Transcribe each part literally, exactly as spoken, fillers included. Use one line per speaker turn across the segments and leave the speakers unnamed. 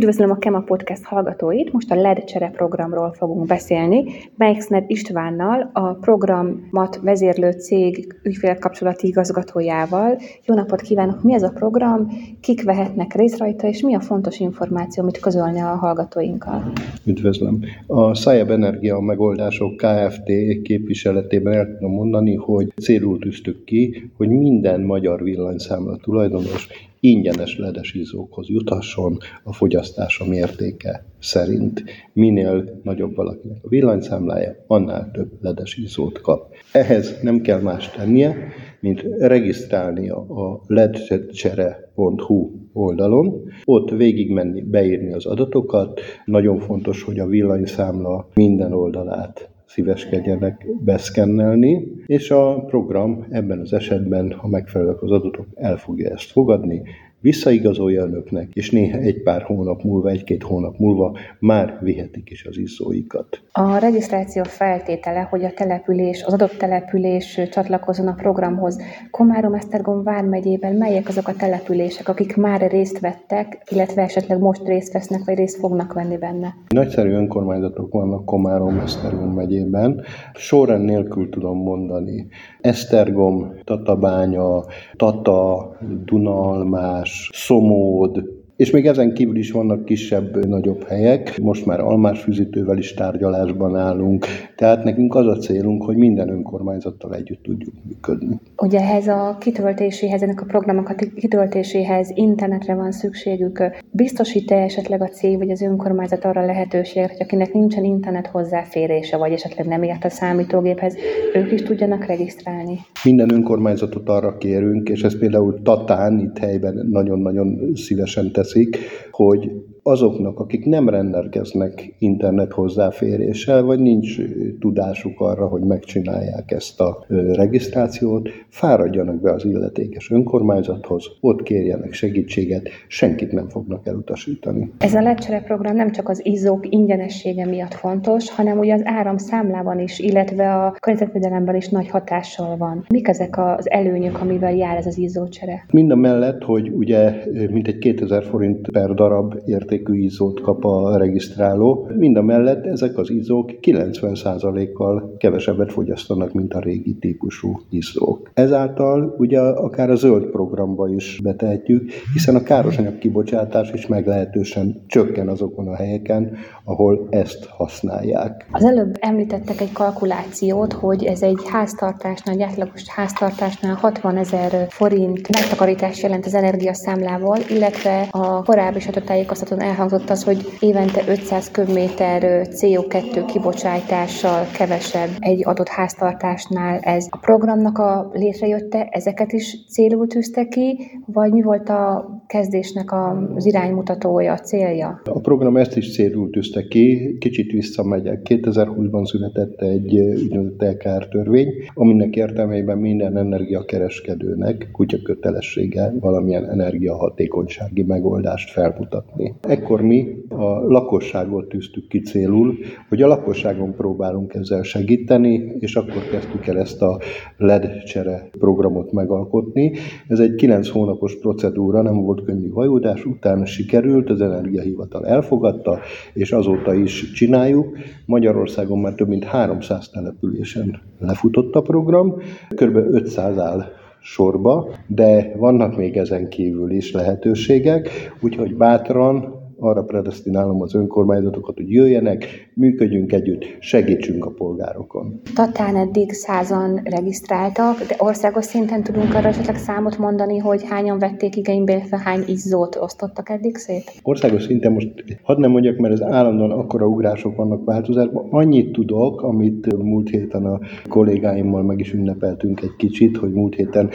Üdvözlöm a Kema Podcast hallgatóit, most a el é dé csere programról fogunk beszélni. Meixner Istvánnal, a programot vezérlő cég ügyfélkapcsolati igazgatójával. Jó napot kívánok! Mi ez a program, kik vehetnek részt rajta, és mi a fontos információ, amit közölni a hallgatóinkkal?
Üdvözlöm! A Szájeb Energia Megoldások Kft. Képviseletében el tudom mondani, hogy célul tűztük ki, hogy minden magyar villanyszámla tulajdonos ingyenes ledes izzókhoz juthasson a fogyasztása mértéke szerint. Minél nagyobb valakinek a villanyszámlája, annál több ledes izzót kap. Ehhez nem kell más tennie, mint regisztrálnia a ledcsere pont hu oldalon, ott végigmenni, beírni az adatokat. Nagyon fontos, hogy a villanyszámla minden oldalát szíveskedjenek beszkennelni, és a program ebben az esetben, ha megfelelőek az adatok, el fogja ezt fogadni, visszaigazolja önöknek, és néha egy pár hónap múlva, egy-két hónap múlva már vihetik is az izzóikat.
A regisztráció feltétele, hogy a település, az adott település csatlakozzon a programhoz. Komárom-Esztergom vármegyében melyek azok a települések, akik már részt vettek, illetve esetleg most részt vesznek, vagy részt fognak venni benne?
Nagyszerű önkormányzatok vannak Komárom-Esztergom megyében. Sorrend nélkül tudom mondani. Esztergom, Tatabánya, Tata, Dunalmás, Szomód, és még ezen kívül is vannak kisebb, nagyobb helyek. Most már Almásfüzitővel is tárgyalásban állunk, tehát nekünk az a célunk, hogy minden önkormányzattal együtt tudjuk működni.
Ugye ehhez a kitöltéséhez, ennek a programok a kitöltéséhez internetre van szükségük. Biztosít-e esetleg a cég vagy az önkormányzat arra lehetőséget, hogy akinek nincsen internet hozzáférése, vagy esetleg nem ért a számítógéphez, ők is tudjanak regisztrálni?
Minden önkormányzatot arra kérünk, és ez például Tatán, itt helyben nagyon-nagyon szívesen teszik, hogy azoknak, akik nem rendelkeznek internet hozzáféréssel, vagy nincs tudásuk arra, hogy megcsinálják ezt a regisztrációt, fáradjanak be az illetékes önkormányzathoz, ott kérjenek segítséget, senkit nem fognak elutasítani.
Ez a ledcsere program nem csak az izzók ingyenessége miatt fontos, hanem ugye az áramszámlában is, illetve a környezetvédelemben is nagy hatással van. Mik ezek az előnyök, amivel jár ez az izzócsere?
Mind a mellett, hogy ugye mintegy kétezer forint per darab érték izzót kap a regisztráló. Mind a mellett ezek az izzók kilencven százalékkal kevesebbet fogyasztanak, mint a régi típusú izzók. Ezáltal ugye akár a zöld programba is betehetjük, hiszen a károsanyag kibocsátás is meglehetősen csökken azokon a helyeken, ahol ezt használják.
Az előbb említettek egy kalkulációt, hogy ez egy háztartásnál, egy átlagos háztartásnál hatvanezer forint megtakarítást jelent az energiaszámlával, illetve a korábbi sajtótájékoztatón elhangzott az, hogy évente ötszáz köbméter cé o kettő kibocsátással kevesebb egy adott háztartásnál. Ez a programnak a létrejötte, ezeket is célul tűzte ki, vagy mi volt a kezdésnek az iránymutatója, a célja?
A program ezt is célul tűzte ki, kicsit visszamegyek. kétezer-húszban született egy úgynevezett el ká er törvény, aminek értelmében minden energiakereskedőnek kutyakötelessége valamilyen energiahatékonysági megoldást felmutatni. Ekkor mi a lakosságot tűztük ki célul, hogy a lakosságon próbálunk ezzel segíteni, és akkor kezdtük el ezt a ledcsere programot megalkotni. Ez egy kilenc hónapos procedúra, nem volt könnyű vajúdás, utána sikerült, az Energiahivatal elfogadta, és azóta is csináljuk. Magyarországon már több mint háromszáz településen lefutott a program, kb. ötszáz áll sorba, de vannak még ezen kívül is lehetőségek, úgyhogy bátran arra predesztinálom az önkormányzatokat, hogy jöjjenek, működjünk együtt, segítsünk a polgárokon.
Tatán eddig százan regisztráltak, de országos szinten tudunk arra esetleg számot mondani, hogy hányan vették igénybe, illetve hány izzót osztottak eddig szét?
Országos szinten most hadd nem mondjak, mert az állandóan akkora ugrások vannak változásban. Annyit tudok, amit múlt héten a kollégáimmal meg is ünnepeltünk egy kicsit, hogy múlt héten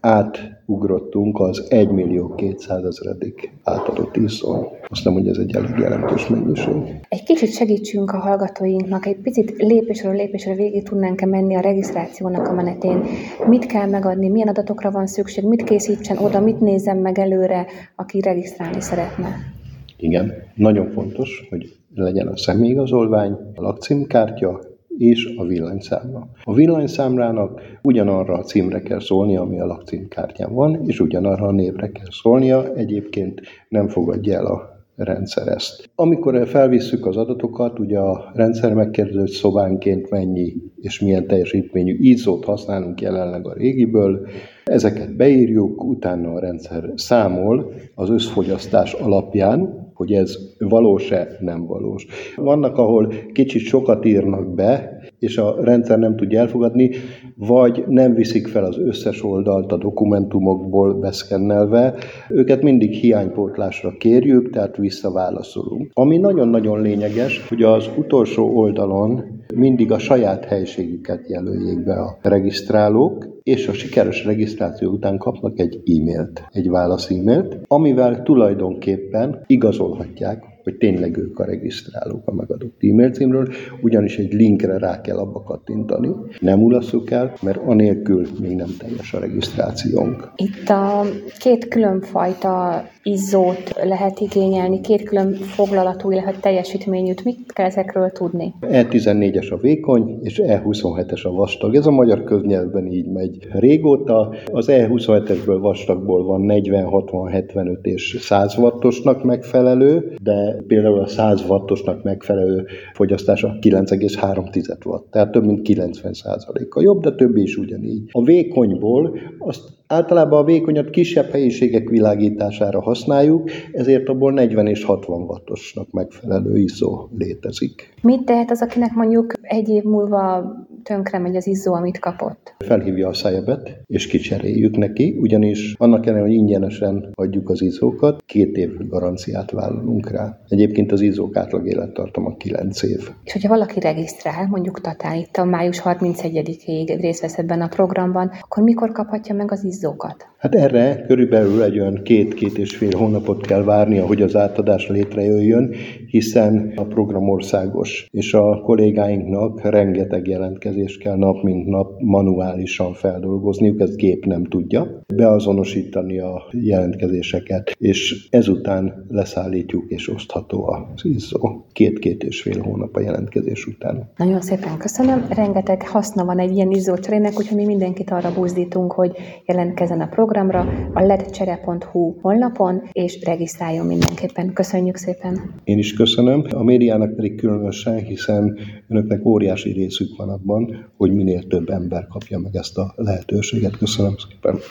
átugrottunk az egymillió-kétszázezredik átadott izzón. Azt nem, hogy ez egy elég jelentős mennyiség.
Egy kicsit segítsünk a hallgatóinknak, egy picit lépésről lépésre végig tudnánk-e menni a regisztrációnak a menetén. Mit kell megadni, milyen adatokra van szükség, mit készítsen oda, mit nézzen meg előre, aki regisztrálni szeretne?
Igen, nagyon fontos, hogy legyen a személyigazolvány, a lakcímkártya, és a villanyszámla. A villanyszámlának ugyanarra a címre kell szólnia, ami a lakcímkártyán van, és ugyanarra a névre kell szólnia. Egyébként nem fogadja el a rendszer ezt. Amikor felvisszük az adatokat, ugye a rendszer megkérdezi, hogy szobánként mennyi és milyen teljesítményű izzót használunk jelenleg a régiből, ezeket beírjuk, utána a rendszer számol az összfogyasztás alapján, hogy ez valós-e, nem valós. Vannak, ahol kicsit sokat írnak be, és a rendszer nem tudja elfogadni, vagy nem viszik fel az összes oldalt a dokumentumokból beszkennelve. Őket mindig hiánypótlásra kérjük, tehát visszaválaszolunk. Ami nagyon-nagyon lényeges, hogy az utolsó oldalon mindig a saját helységüket jelöljék be a regisztrálók, és a sikeres regisztráció után kapnak egy e-mailt, egy válasz e-mailt, amivel tulajdonképpen igazolhatják, hogy tényleg ők a regisztrálók a megadott e-mail címről, ugyanis egy linkre rá kell abba kattintani. Nem ulasszuk el, mert anélkül még nem teljes a regisztrációnk.
Itt a két különfajta izzót lehet igényelni, két külön foglalatú, illetve teljesítményűt. Mit kell ezekről tudni?
E tizennégyes a vékony, és E huszonhetes a vastag. Ez a magyar köznyelvben így megy régóta. Az E huszonhetesből vastagból van negyven, hatvan, hetvenöt és száz wattosnak megfelelő, de például a száz wattosnak megfelelő fogyasztása kilenc egész három watt, tehát több mint kilencven százaléka jobb, de többi is ugyanígy. A vékonyból azt általában a vékonyat kisebb helyiségek világítására használjuk, ezért abból negyven és hatvan wattosnak megfelelő izzó létezik.
Mit tehet az, akinek mondjuk egy év múlva tönkre megy az izzó, amit kapott?
Felhívja a szájebet, és kicseréljük neki, ugyanis annak ellenére, hogy ingyenesen adjuk az izzókat, két év garanciát vállalunk rá. Egyébként az izzók átlag élettartama kilenc év. És
hogyha valaki regisztrál, mondjuk Tatán itt a május harmincegyedikéig részt vesz ebben a programban, akkor mikor kaphatja meg az izzókat?
Hát erre körülbelül egy olyan két-két és fél hónapot kell várnia, hogy az átadás létrejöjjön, hiszen a program országos, és a kollégáinknak rengeteg jelentkezést kell nap mint nap manuálisan feldolgozniuk, ezt gép nem tudja, beazonosítani a jelentkezéseket, és ezután leszállítjuk és osztható az izzó. Két-két és fél hónap a jelentkezés után.
Nagyon szépen köszönöm, rengeteg haszna van egy ilyen izzócserének, úgyhogy mi mindenkit arra buzdítunk, hogy jelentkezzen a programra a ledcsere pont hu honlapon, és regisztráljon mindenképpen. Köszönjük szépen!
Én is köszönöm, a médiának pedig különösen, hiszen önöknek óriási részük van abban, hogy minél több ember kapja meg ezt a lehetőséget. Köszönöm szépen!